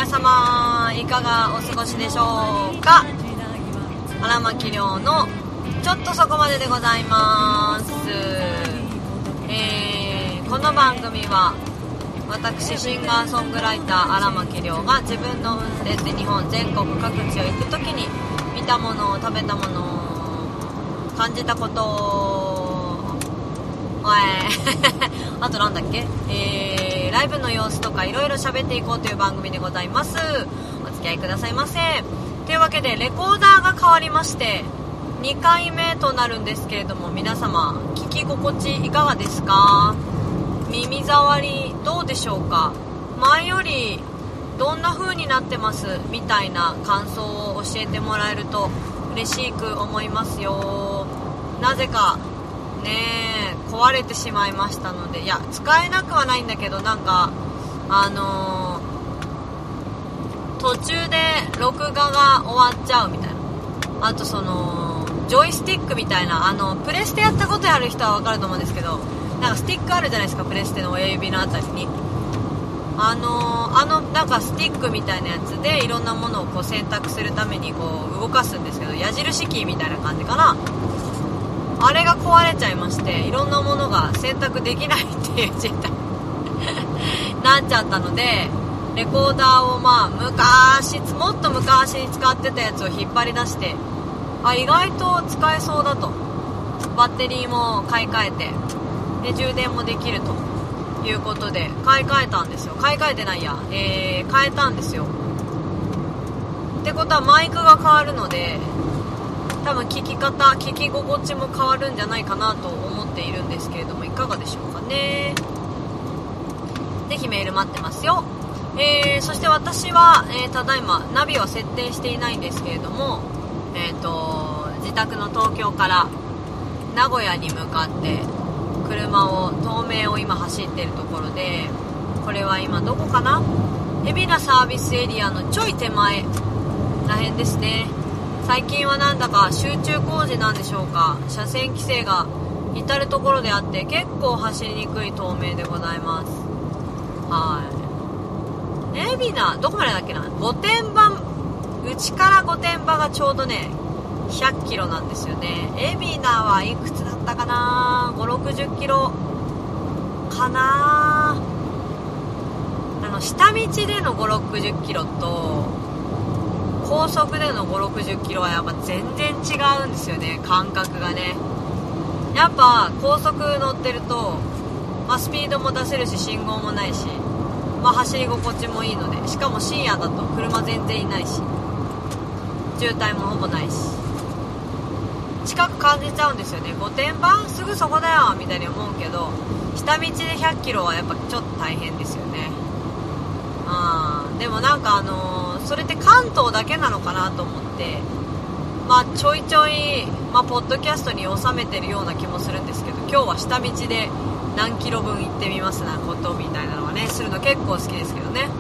様いかがお過ごしでしょうか。荒牧亮のちょっとそこまででございます。この番組は私シンガーソングライター荒牧亮が自分の運転で日本全国各地を行くときに見たもの、食べたもの、感じたことをあとなんだっけ、ライブの様子とかいろいろ喋っていこうという番組でございます。お付き合いくださいませ。というわけでレコーダーが変わりまして2回目となるんですけれども、皆様聞き心地いかがですか？耳障りどうでしょうか？前よりどんな風になってますみたいな感想を教えてもらえると嬉しく思いますよ。なぜかね壊れてしまいましたので、いや使えなくはないんだけど、なんか途中で録画が終わっちゃうみたいな。あとそのジョイスティックみたいな、プレステやったことある人は分かると思うんですけど、なんかスティックあるじゃないですか、プレステの親指のあたりになんかスティックみたいなやつでいろんなものをこう選択するためにこう動かすんですけど、矢印キーみたいな感じかな。あれが壊れちゃいまして、いろんなものが選択できないっていう事態なっちゃったので、レコーダーをもっと昔に使ってたやつを引っ張り出して、意外と使えそうだと、バッテリーも買い替えてで充電もできるということで買い替えたんですよ。変えたんですよ。ってことはマイクが変わるので、多分聞き心地も変わるんじゃないかなと思っているんですけれども、いかがでしょうかね。ぜひメール待ってますよ。そして私は、ただいまナビは設定していないんですけれども、自宅の東京から名古屋に向かって東名を今走っているところで、これは今どこかな、海老名サービスエリアのちょい手前らへんですね。最近はなんだか集中工事なんでしょうか、車線規制が至るところであって結構走りにくい東名でございます。海老名どこまでだっけな、御殿場、うちから御殿場がちょうどね100キロなんですよね。海老名はいくつだったかな、5、60キロかな。下道での5、60キロと高速での5、60キロはやっぱ全然違うんですよね、感覚がね。やっぱ高速乗ってると、スピードも出せるし信号もないし、走り心地もいいので、しかも深夜だと車全然いないし渋滞もほぼないし近く感じちゃうんですよね。御殿場すぐそこだよみたいに思うけど、下道で100キロはやっぱちょっと大変ですよね。でもなんかそれって関東だけなのかなと思って、ちょいちょい、ポッドキャストに収めてるような気もするんですけど、今日は下道で何キロ分行ってみますなことみたいなのはねするの結構好きですけどね。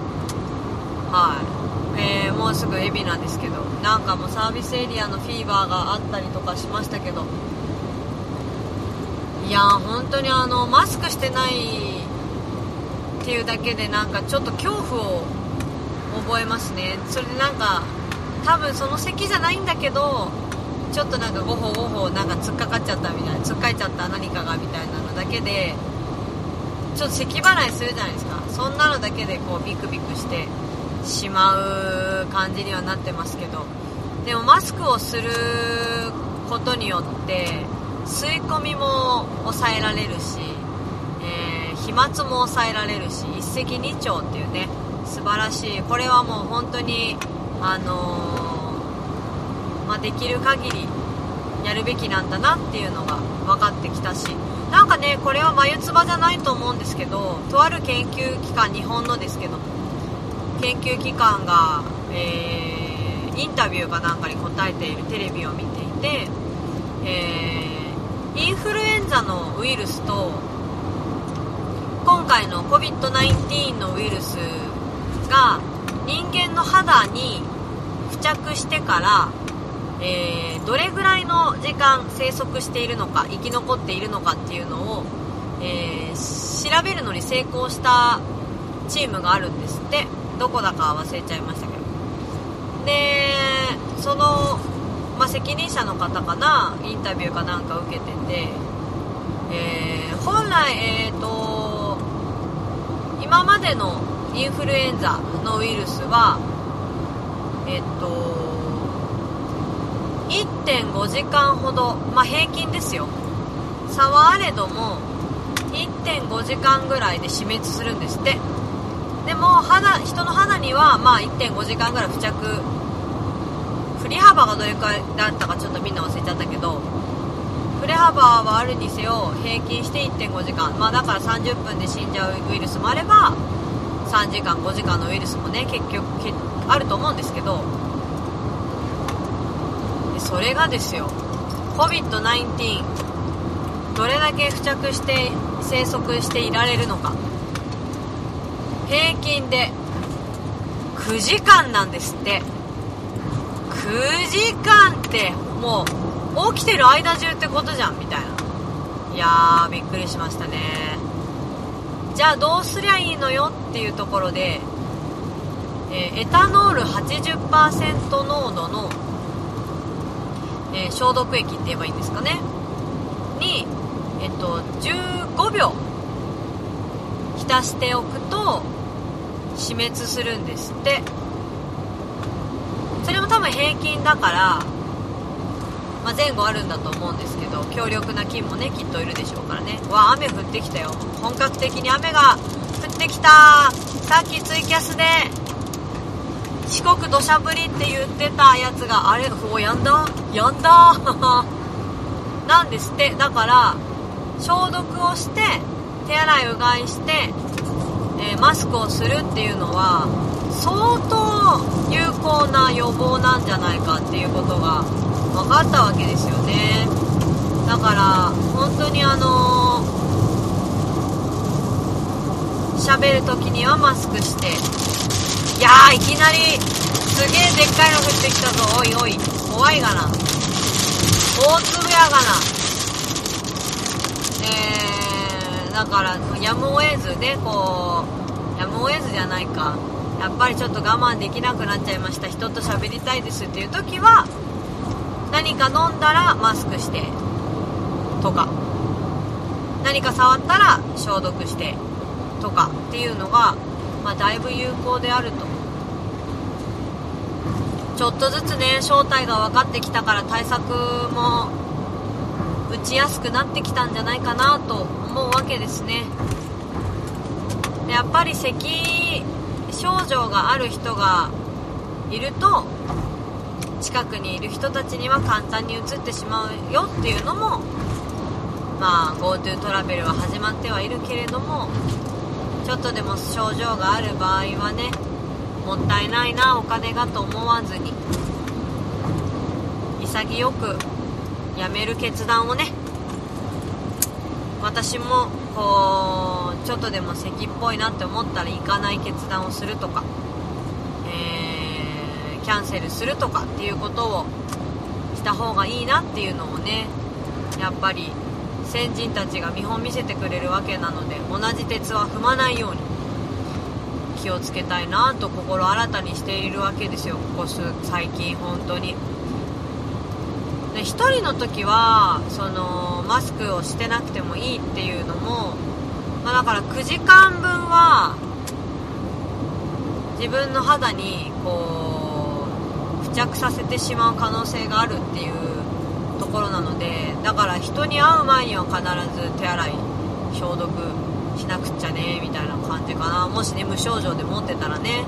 もうすぐ海老名ですけど、なんかもうサービスエリアのフィーバーがあったりとかしましたけど、いや本当にマスクしてないっていうだけでなんかちょっと恐怖を覚えますね。それでなんか多分その咳じゃないんだけど、ちょっとなんかゴホゴホなんか突っかかっちゃったみたいな、突っかいちゃった何かがみたいなのだけでちょっと咳払いするじゃないですか。そんなのだけでこうビクビクしてしまう感じにはなってますけど、でもマスクをすることによって吸い込みも抑えられるし、飛沫も抑えられるし、一石二鳥っていうね、素晴らしい、これはもう本当にできる限りやるべきなんだなっていうのが分かってきたし、なんかねこれは眉唾じゃないと思うんですけど、とある研究機関、日本のですけど研究機関が、インタビューかなんかに答えているテレビを見ていて、インフルエンザのウイルスと今回の COVID-19 のウイルスが人間の肌に付着してからどれぐらいの時間生息しているのか、生き残っているのかっていうのを、調べるのに成功したチームがあるんですって。どこだか忘れちゃいましたけど。でその、責任者の方かな、インタビューかなんか受けてて、本来今までのインフルエンザのウイルスは1.5 時間ほど、平均ですよ、差はあれども 1.5 時間ぐらいで死滅するんですって。でも人の肌には1.5 時間ぐらい付着、振り幅がどれくらいだったかちょっとみんな忘れちゃったけど、振れ幅はあるにせよ平均して 1.5 時間、だから30分で死んじゃうウイルスもあれば3時間5時間のウイルスもね結局あると思うんですけど、それがですよ COVID-19 どれだけ付着して生息していられるのか、平均で9時間なんですって。9時間ってもう起きてる間中ってことじゃんみたいな。いやーびっくりしましたね。じゃあどうすりゃいいのよっていうところで、エタノール 80% 濃度の、消毒液って言えばいいんですかねに、15秒浸しておくと死滅するんですって。それも多分平均だから、前後あるんだと思うんですけど、強力な菌もねきっといるでしょうからね。雨降ってきたよ、本格的に雨が降ってきた。さっきツイキャスで四国土砂降りって言ってたやつが、あれやんだなんですって。だから消毒をして手洗いうがいして、マスクをするっていうのは相当有効な予防なんじゃないかっていうことが分かったわけですよね。だから本当に喋るときにはマスクして、いやーいきなりすげえでっかいの降ってきたぞ。おいおい怖いがな、大粒やがな。だからやむを得ずね、やむを得ずじゃないか、やっぱりちょっと我慢できなくなっちゃいました、人と喋りたいですっていう時は何か飲んだらマスクしてとか、何か触ったら消毒してとかっていうのが、だいぶ有効であると。ちょっとずつね正体が分かってきたから対策も打ちやすくなってきたんじゃないかなと思うわけですね。でやっぱり咳症状がある人がいると近くにいる人たちには簡単に移ってしまうよっていうのも、GoTo トラベルは始まってはいるけれども、ちょっとでも症状がある場合はね、もったいないなお金がと思わずに潔くやめる決断をね、私もちょっとでも咳っぽいなって思ったら行かない決断をするとか、キャンセルするとかっていうことをした方がいいなっていうのをね、やっぱり先人たちが見本見せてくれるわけなので、同じ鉄は踏まないように気をつけたいなと心新たにしているわけですよ、ここ最近本当に。で一人の時はマスクをしてなくてもいいっていうのも、だから9時間分は自分の肌に付着させてしまう可能性があるっていうところなので、だから人に会う前には必ず手洗い消毒しなくっちゃねみたいな感じかな。もしね無症状で持ってたらね。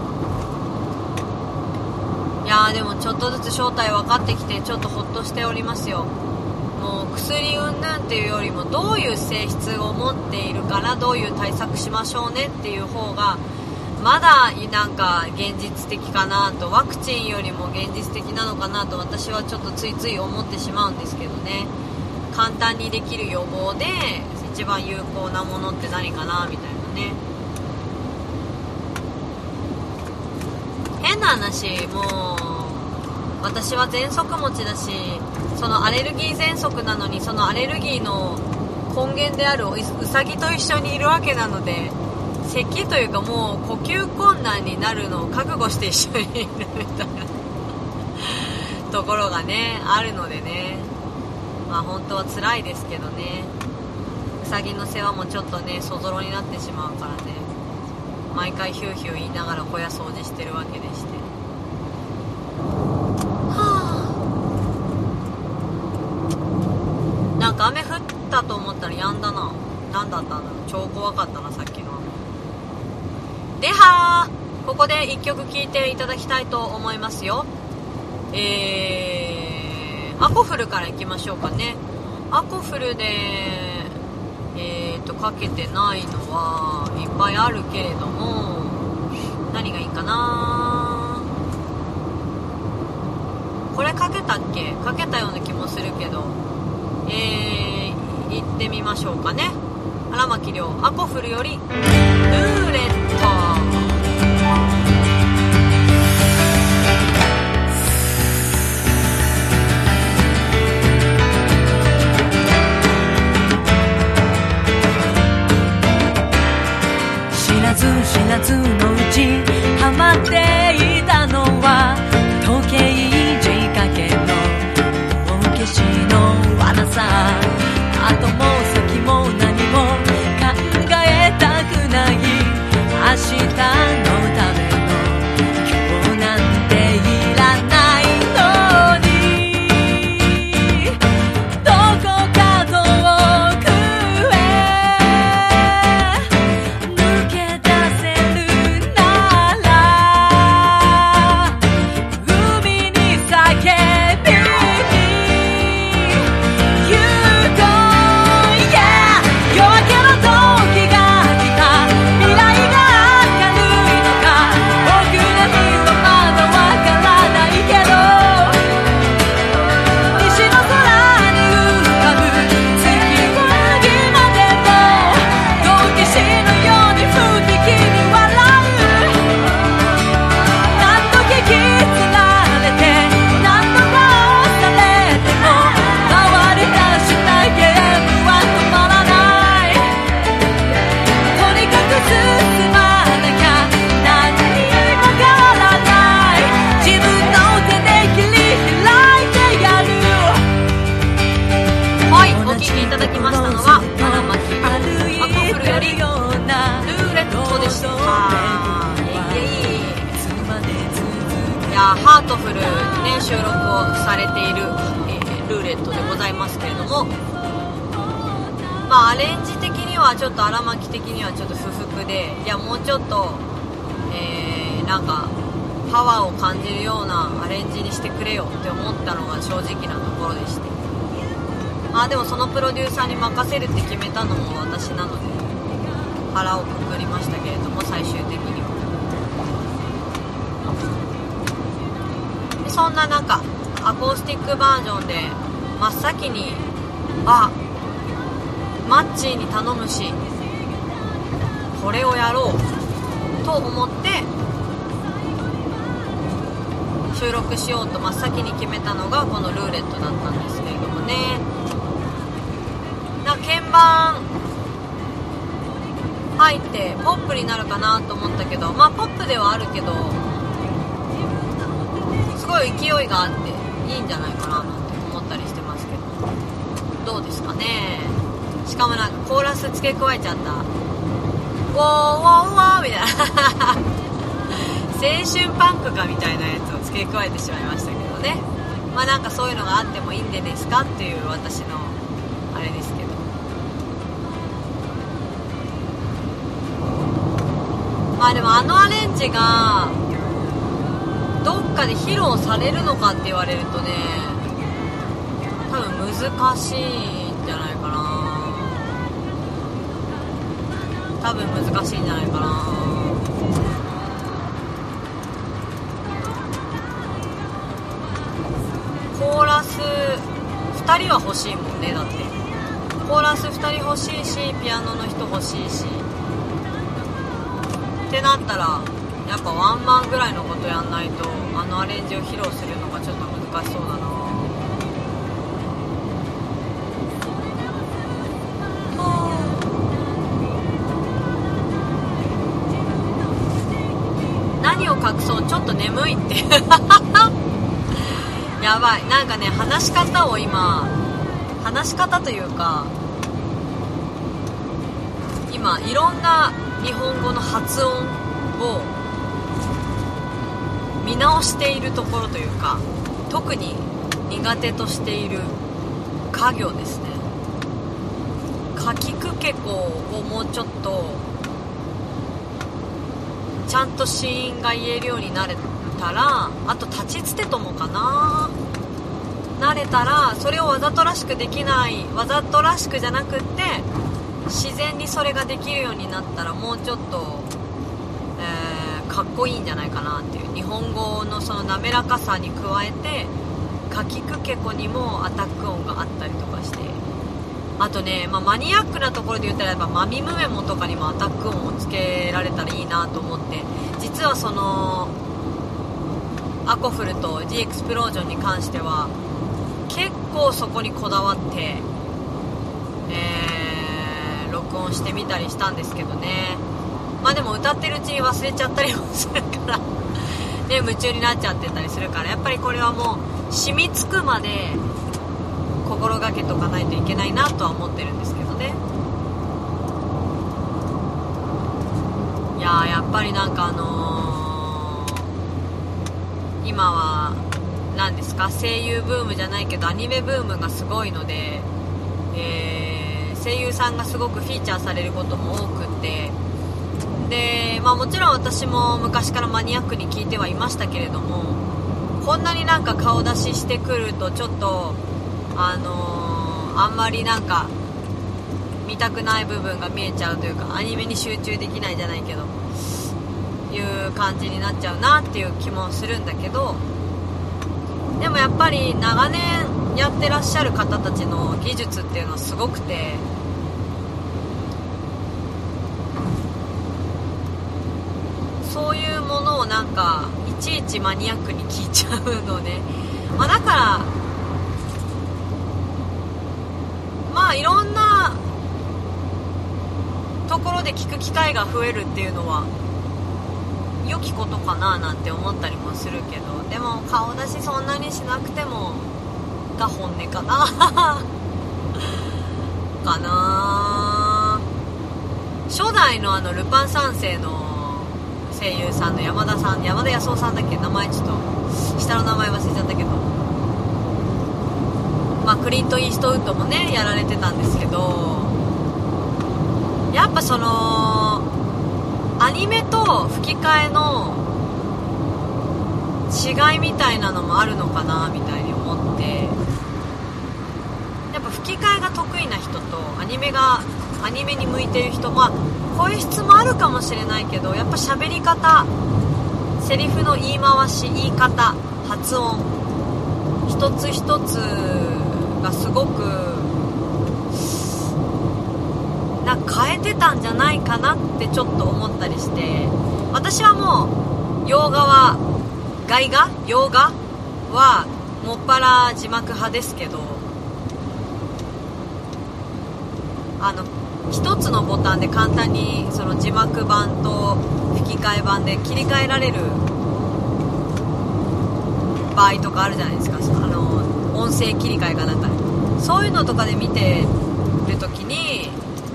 いやーでもちょっとずつ正体分かってきてちょっとホッとしておりますよ。もう薬云々っていうよりもどういう性質を持っているからどういう対策しましょうねっていう方がまだなんか現実的かなと、ワクチンよりも現実的なのかなと私はちょっとついつい思ってしまうんですけどね。簡単にできる予防で一番有効なものって何かなみたいなね。変な話、もう私は喘息持ちだし、そのアレルギー喘息なのにそのアレルギーの根源であるウサギと一緒にいるわけなので、 咳というかもう呼吸困難になるのを覚悟して一緒にいるみたいなところがねあるのでね、まあ本当は辛いですけどね。うさぎの世話もちょっとねそぞろになってしまうからね、毎回ヒューヒュー言いながら小屋掃除してるわけでして、なんか雨降ったと思ったら止んだな。何だったんだろう、超怖かったなさっきの雨。ではここで1曲聴いていただきたいと思いますよ。アコフルからいきましょうかね。アコフルでかけてないのはいっぱいあるけれども、何がいいかな。これかけたっけ、かけたような気もするけど、行ってみましょうかね。荒牧亮、アコフルよりルーレット。 知らずのうちハマっていたのは時計仕掛けの大消しの罠さ。後も先も何も考えたくない明日のための今日なんていらないのに、どこか遠くへ抜け出せるなら海に叫びに行こう、yeah、 夜明けの時が来た、未来が明るいのか僕らにはまだわからないけど、西の空に浮かぶ月は今でも好奇心のように不敵に笑う。何度聞きつられて何度か押されても回り出したゲームは止まらない。とにかく進まなきゃ何にも変わらない。自分の手で切り開いてやる。 はい、お聴きいただきましたのは荒牧亮、アコフルよりルーレットでした。いやハートフルにね収録をされている、ルーレットでございますけれども、まあアレンジ的にはちょっと荒牧的にはちょっと不服で、いやもうちょっと、なんかパワーを感じるようなアレンジにしてくれよって思ったのが正直なところでして、まあでもそのプロデューサーに任せるって決めたのも私なので腹をくくりましたけれども、最終的にはでそんな中アコースティックバージョンで真っ先にマッチーに頼むしこれをやろうと思って収録しようと真っ先に決めたのがこのルーレットだったんですけれどもね。鍵盤入ってポップになるかなと思ったけど、まあポップではあるけどすごい勢いがあっていいんじゃないかななんて思ったりしてますけど、どうですかね。しかもなんかコーラス付け加えちゃった、ウォーウォーウォーみたいな青春パンクかみたいなやつを付け加えてしまいましたけどね。まあなんかそういうのがあってもいいんでですかっていう私のあれですけど、まあでもあのアレンジがどっかで披露されるのかって言われるとね、多分難しいんじゃないかな。多分難しいんじゃないかな。コーラス2人は欲しいもんね。だってコーラス2人欲しいしピアノの人欲しいしってなったらやっぱワンマンぐらいのことやんないとあのアレンジを披露するのがちょっと難しそうだな。 何を隠そう、ちょっと眠いってやばい。なんかね、話し方というか、今いろんな日本語の発音を見直しているところというか、特に苦手としている家行ですね。かきくけこをもうちょっとちゃんと子音が言えるようになれたら、あと立ちつてともかなれたら、それをわざとらしくできない、わざとらしくじゃなくって自然にそれができるようになったら、もうちょっと、かっこいいんじゃないかなっていう。日本語のその滑らかさに加えてかきくけこにもアタック音があったりとかして、あとね、マニアックなところで言ったらやっぱマミムメモとかにもアタック音をつけられたらいいなと思って、実はそのアコフルと G エクスプロージョンに関しては結構そこにこだわって、録音してみたりしたんですけどね。でも歌ってるうちに忘れちゃったりもするからね、夢中になっちゃってたりするから、やっぱりこれはもう染みつくまで心がけとかないといけないなとは思ってるんですけどね。いややっぱりなんか今は何ですか、声優ブームじゃないけどアニメブームがすごいので、声優さんがすごくフィーチャーされることも多くって、で、もちろん私も昔からマニアックに聞いてはいましたけれども、こんなになんか顔出ししてくるとちょっとあんまりなんか見たくない部分が見えちゃうというか、アニメに集中できないじゃないけどいう感じになっちゃうなっていう気もするんだけど、でもやっぱり長年やってらっしゃる方たちの技術っていうのはすごくて、そういうものをなんかいちいちマニアックに聞いちゃうので、だからいろんなところで聞く機会が増えるっていうのは良きことかななんて思ったりもするけど、でも顔出しそんなにしなくてもが本音かなかな。初代のルパン三世の声優さんの山田康夫さんだっけ、名前ちょっと下の名前忘れちゃったけど、クリント・イーストウッドもねやられてたんですけど、やっぱそのアニメと吹き替えの違いみたいなのもあるのかなみたいに思って、やっぱ吹き替えが得意な人とアニメに向いてる人、声質もあるかもしれないけど、やっぱ喋り方、セリフの言い回し、言い方、発音一つ一つがすごくなんか変えてたんじゃないかなってちょっと思ったりして、私はもう洋画はもっぱら字幕派ですけど、一つのボタンで簡単にその字幕版と吹き替え版で切り替えられる場合とかあるじゃないですか。音声切り替えがなんか、そういうのとかで見てるときに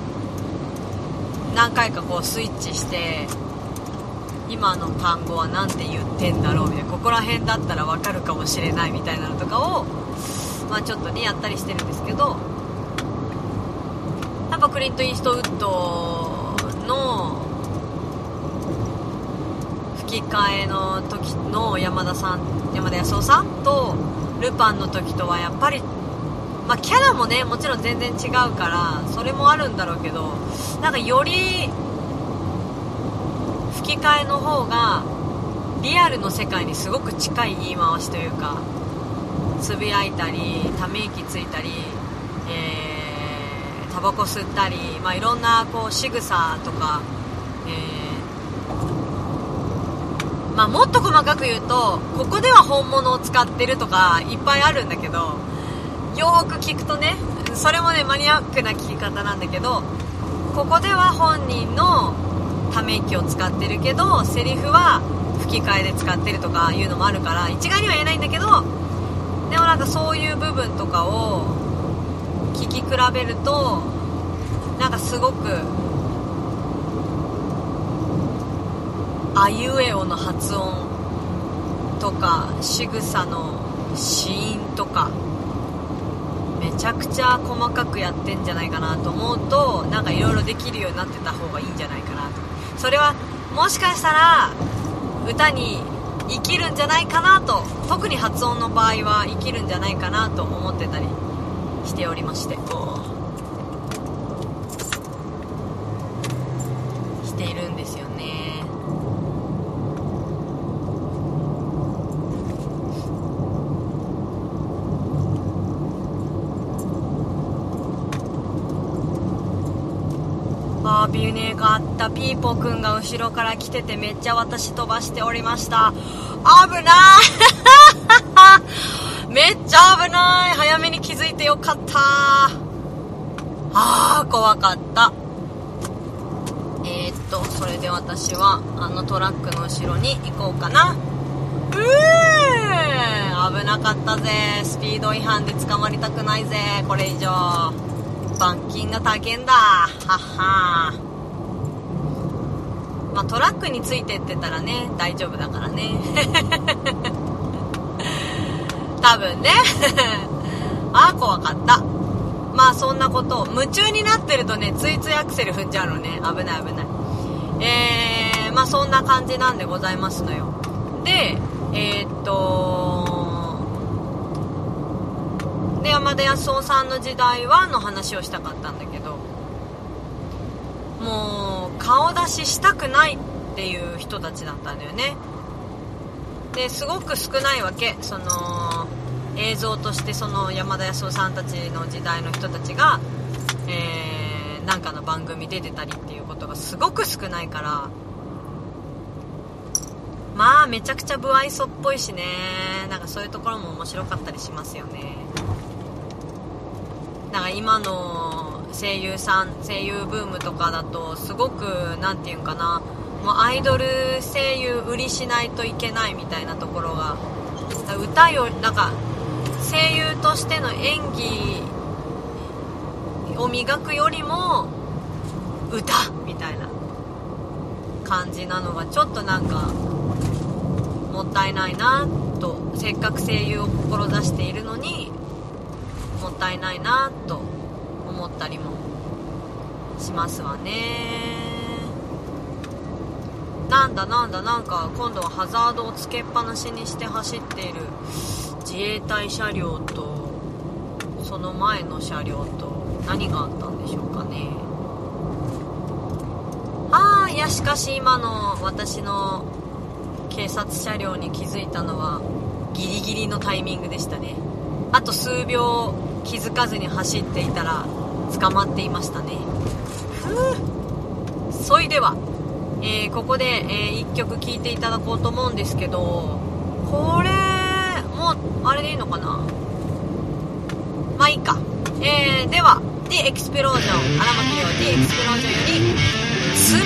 何回かこうスイッチして、今の単語は何て言ってんだろうみたいな、ここら辺だったら分かるかもしれないみたいなのとかをちょっとねやったりしてるんですけど、やっぱクリント・イーストウッドの吹き替えの時の山田康夫さんとルパンの時とはやっぱり、キャラもねもちろん全然違うからそれもあるんだろうけど、なんかより吹き替えの方がリアルの世界にすごく近い言い回しというか、つぶやいたりため息ついたり、タバコ吸ったり、いろんなこう仕草とか、もっと細かく言うとここでは本物を使ってるとかいっぱいあるんだけど、よーく聞くとね、それもねマニアックな聞き方なんだけど、ここでは本人のため息を使ってるけどセリフは吹き替えで使ってるとかいうのもあるから一概には言えないんだけど、でもなんかそういう部分とかを聞き比べるとなんかすごくあいうえおの発音とか仕草の子音とかめちゃくちゃ細かくやってんじゃないかなと思うと、なんかいろいろできるようになってた方がいいんじゃないかなと。それはもしかしたら歌に生きるんじゃないかなと、特に発音の場合は生きるんじゃないかなと思ってたりしておりまして、しているんですよね。ビュネがあった。ピーポーくんが後ろから来ててめっちゃ私飛ばしておりました。危ないめっちゃ危ない。早めに気づいてよかった。怖かった。それで私はあのトラックの後ろに行こうかな。危なかったぜ。スピード違反で捕まりたくないぜ。これ以上罰金が高えんだ。はっは。まあトラックについてってたらね大丈夫だからね多分ね怖かった。まあそんなことを夢中になってるとねついついアクセル踏んじゃうのね。危ない危ない。まあそんな感じなんでございますのよ。でで山田康夫さんの時代はの話をしたかったんだけど、もう顔出ししたくないっていう人たちだったんだよね。ですごく少ないわけ。その映像としてその山田康夫さんたちの時代の人たちが、なんかの番組出てたりっていうことがすごく少ないから、まあめちゃくちゃ不愛想っぽいしね。なんかそういうところも面白かったりしますよね。だから今の声優ブームとかだとすごくなんていうんかな、もうアイドル声優売りしないといけないみたいなところが、歌よりなんか声優としての演技を磨くよりも歌みたいな感じなのがちょっとなんかもったいないなと。せっかく声優を志しているのにもったいないなと思ったりもしますわね。なんか今度はハザードをつけっぱなしにして走っている自衛隊車両とその前の車両と何があったんでしょうかね。いやしかし今の私の警察車両に気づいたのはギリギリのタイミングでしたね。あと数秒気づかずに走っていたら捕まっていましたね。そいでは、ここで、1曲聴いていただこうと思うんですけど、これもうあれでいいのかな。まあいいか。では The Explosion 荒牧亮 The Explosion より罪。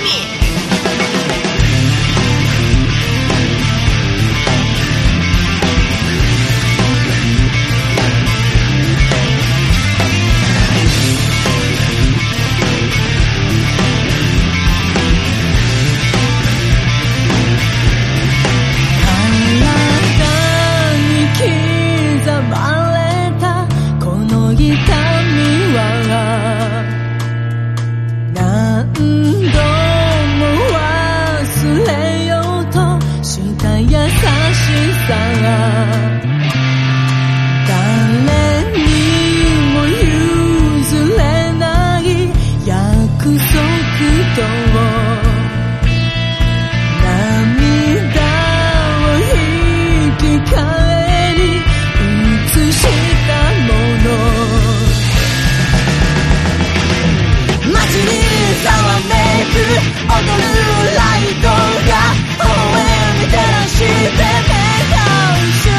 踊るライトが微笑み照らして目が後ろ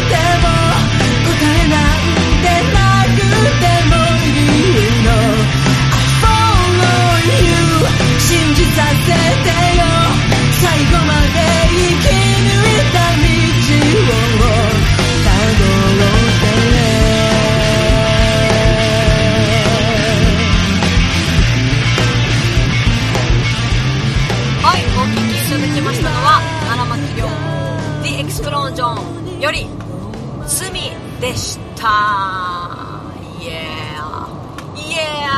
より罪でした。イエーイエ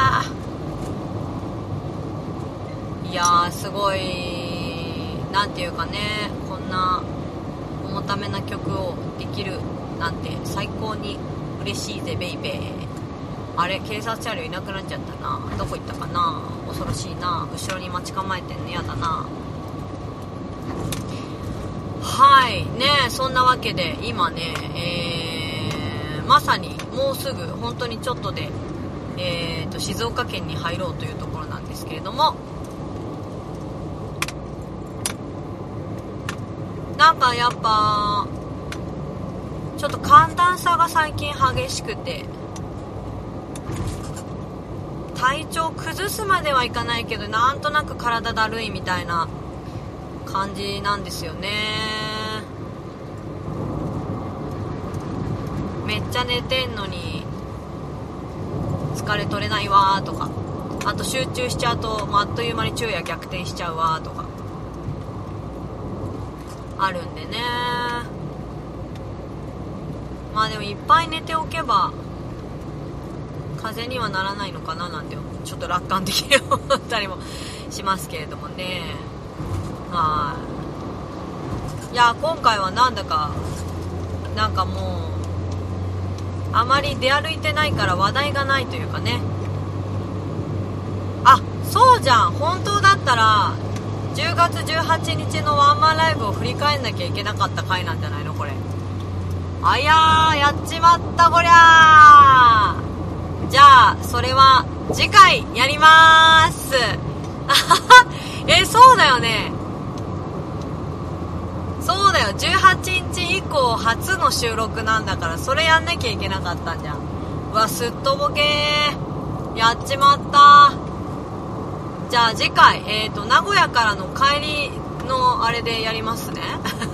ー。いやー、すごいなんていうかね、こんな重ためな曲をできるなんて最高に嬉しいぜベイベー。あれ、警察車両いなくなっちゃったな。どこ行ったかな。恐ろしいな。後ろに待ち構えてんのやだな。はいね、そんなわけで今ね、まさにもうすぐ本当にちょっとで、静岡県に入ろうというところなんですけれども、なんかやっぱちょっと寒暖差が最近激しくて、体調崩すまではいかないけど、なんとなく体だるいみたいな感じなんですよね。めっちゃ寝てんのに疲れ取れないわーとか、あと集中しちゃうと、あっという間に昼夜逆転しちゃうわーとかあるんでね。まあでもいっぱい寝ておけば風邪にはならないのかななんてちょっと楽観的に思ったりもしますけれどもね。はい。いや、今回はなんだかなんかもうあまり出歩いてないから話題がないというかね。あ、そうじゃん、本当だったら10月18日のワンマンライブを振り返んなきゃいけなかった回なんじゃないのこれ。あやー、やっちまったこりゃー。じゃあそれは次回やりまーす。そうだよね、そうだよ、18日以降初の収録なんだから、それやんなきゃいけなかったんじゃん。うわ、すっとぼけー、やっちまった。じゃあ次回、名古屋からの帰りのあれでやりますね。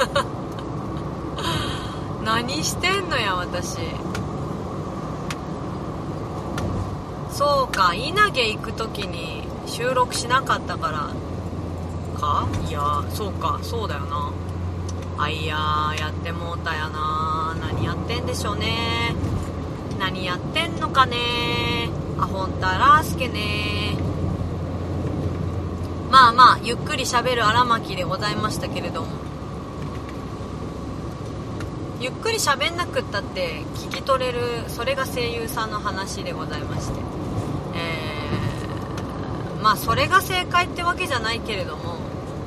何してんのや私。そうか、稲毛行く時に収録しなかったからか。いや、そうか、そうだよな。あ、いやー、やってもうたやな。何やってんでしょうね。何やってんのかね。あほんたらすけね。まあまあゆっくり喋る荒牧でございましたけれども、ゆっくり喋んなくったって聞き取れる、それが声優さんの話でございまして、まあそれが正解ってわけじゃないけれども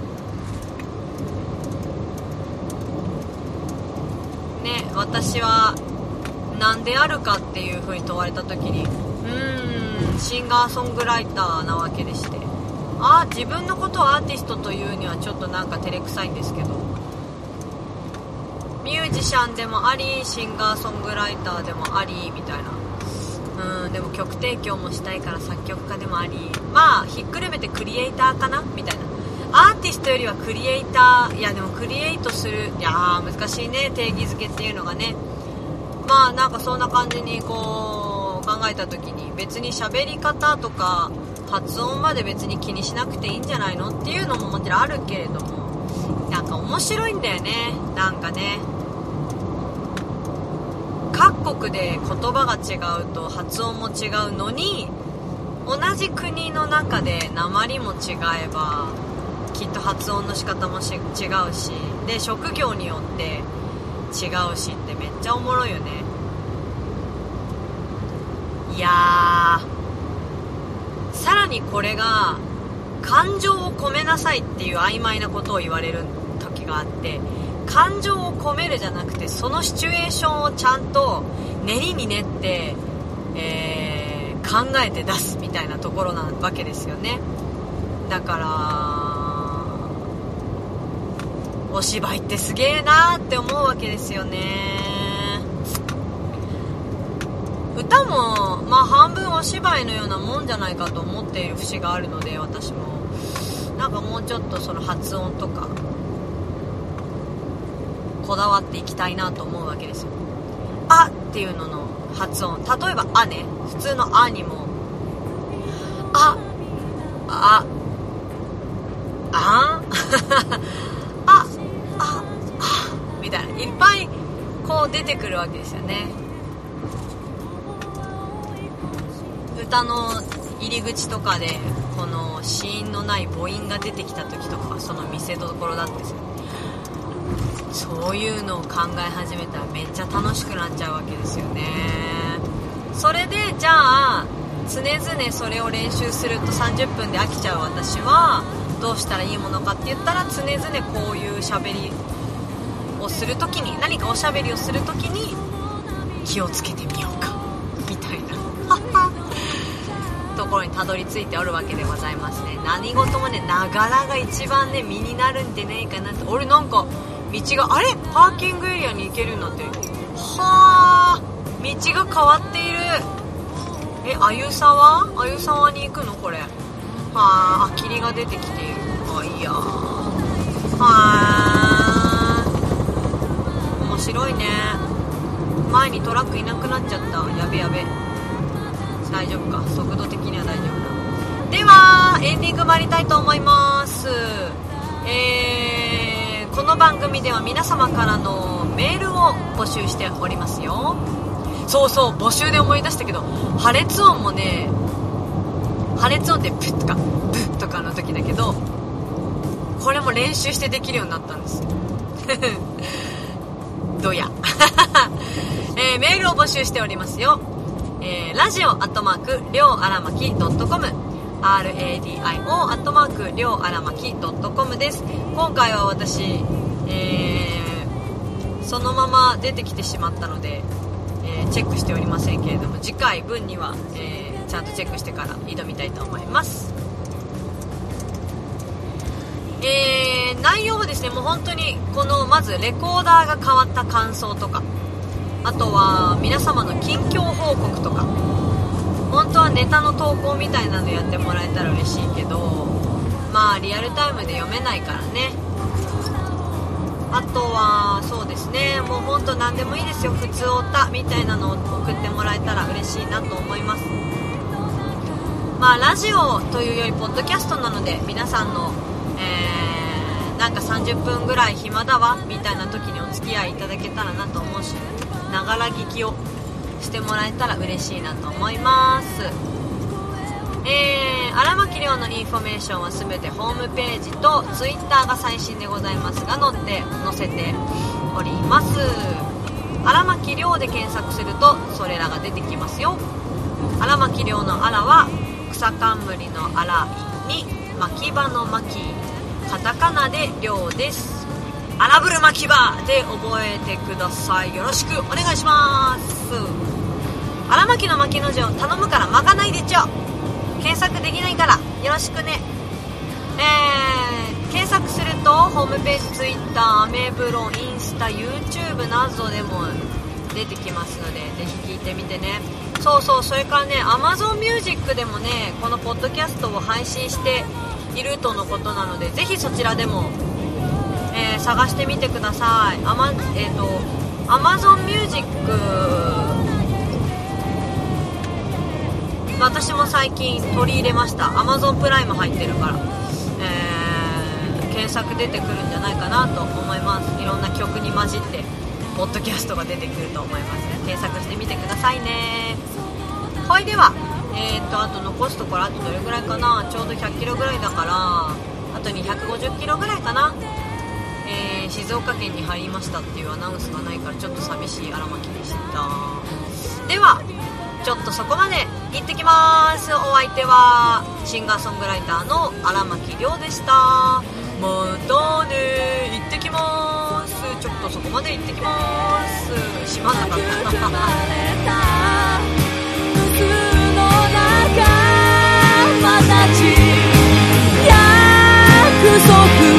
ね、私は何であるかっていう風に問われた時にシンガーソングライターなわけでして、自分のことをアーティストというにはちょっとなんか照れくさいんですけど、ミュージシャンでもありシンガーソングライターでもありみたいな。でも曲提供もしたいから作曲家でもあり、まあひっくるめてクリエイターかなみたいな。アーティストよりはクリエイター、いやでもクリエイトする、いやー難しいね、定義づけっていうのがね。まあなんかそんな感じにこう考えた時に、別に喋り方とか発音まで別に気にしなくていいんじゃないのっていうのももちろんあるけれども、なんか面白いんだよね。なんかね、各国で言葉が違うと発音も違うのに、同じ国の中で訛りも違えばきっと発音の仕方も違うし、で職業によって違うしってめっちゃおもろいよね。いやー、さらにこれが感情を込めなさいっていう曖昧なことを言われる時があって、感情を込めるじゃなくてそのシチュエーションをちゃんと練りに練って、考えて出すみたいなところなわけですよね。だからお芝居ってすげーなーって思うわけですよね。 歌もまあ半分お芝居のようなもんじゃないかと思っている節があるので、私もなんかもうちょっとその発音とかこだわっていきたいなと思うわけですよ。あっていうのの発音、例えばあね、普通のあにもあああああみたいないっぱいこう出てくるわけですよね。歌の入り口とかでこの子音のない母音が出てきた時とかはその見せ所だってですよ。そういうのを考え始めたらめっちゃ楽しくなっちゃうわけですよね。それでじゃあ常々それを練習すると30分で飽きちゃう私はどうしたらいいものかって言ったら、常々こういう喋りをするときに、何かおしゃべりをするときに気をつけてみようかみたいなところにたどり着いておるわけでございますね。何事もね、ながらが一番ね身になるんでねえかなって。俺なんか道があれパーキングエリアに行けるようになってる。はあ、道が変わっている。あゆさわに行くのこれ。はあ、霧が出てきている。あ、いやー、はあ、面白いね。前にトラックいなくなっちゃった。やべやべ。大丈夫か、速度的には大丈夫だ。ではエンディング参りたいと思います。この番組では皆様からのメールを募集しておりますよ。そうそう、募集で思い出したけど、破裂音もね、破裂音ってプッとかブッとかの時だけど、これも練習してできるようになったんですどやメールを募集しておりますよ。ラジオアットマークりょうあらまき .com、 RADIO アットマークりょうあらまき .com です。今回は私、そのまま出てきてしまったので、チェックしておりませんけれども、次回分には、ちゃんとチェックしてから挑みたいと思います。内容はですね、もう本当にこのまずレコーダーが変わった感想とか、あとは皆様の近況報告とか、本当はネタの投稿みたいなのやってもらえたら嬉しいけど、まあリアルタイムで読めないからね。あとはそうですね、もう本当何でもいいですよ。普通おたみたいなのを送ってもらえたら嬉しいなと思います。まあラジオというよりポッドキャストなので、皆さんの、なんか30分ぐらい暇だわみたいな時にお付き合いいただけたらなと思うし、ながら聞きをしてもらえたら嬉しいなと思います。荒牧亮のインフォメーションはすべてホームページとツイッターが最新でございますが載せております。荒牧亮で検索するとそれらが出てきますよ。荒牧亮の荒は草冠の荒に牧場の牧、カタカナで亮です。荒ぶる牧場で覚えてください。よろしくお願いします。荒牧の牧の字を頼むから巻かないでちょ。検索できないからよろしくね。検索するとホームページ、ツイッター、アメブロ、インスタ、 YouTube などでも出てきますので、ぜひ聞いてみてね。そうそう、それからね Amazon Music でもねこのポッドキャストを配信しているとのことなので、ぜひそちらでも、探してみてください。Amazon Music、私も最近取り入れました。 Amazon プライム入ってるから、検索出てくるんじゃないかなと思います。いろんな曲に混じってポッドキャストが出てくると思いますね。検索してみてくださいね。はい、ではあと残すところあとどれぐらいかな。ちょうど100キロぐらいだからあと250キロぐらいかな。静岡県に入りましたっていうアナウンスがないからちょっと寂しい荒牧でした。ではちょっとそこまで行ってきます。お相手はシンガーソングライターの荒牧亮でした。またね、行ってきます。ちょっとそこまで行ってきます。閉まんなかった約束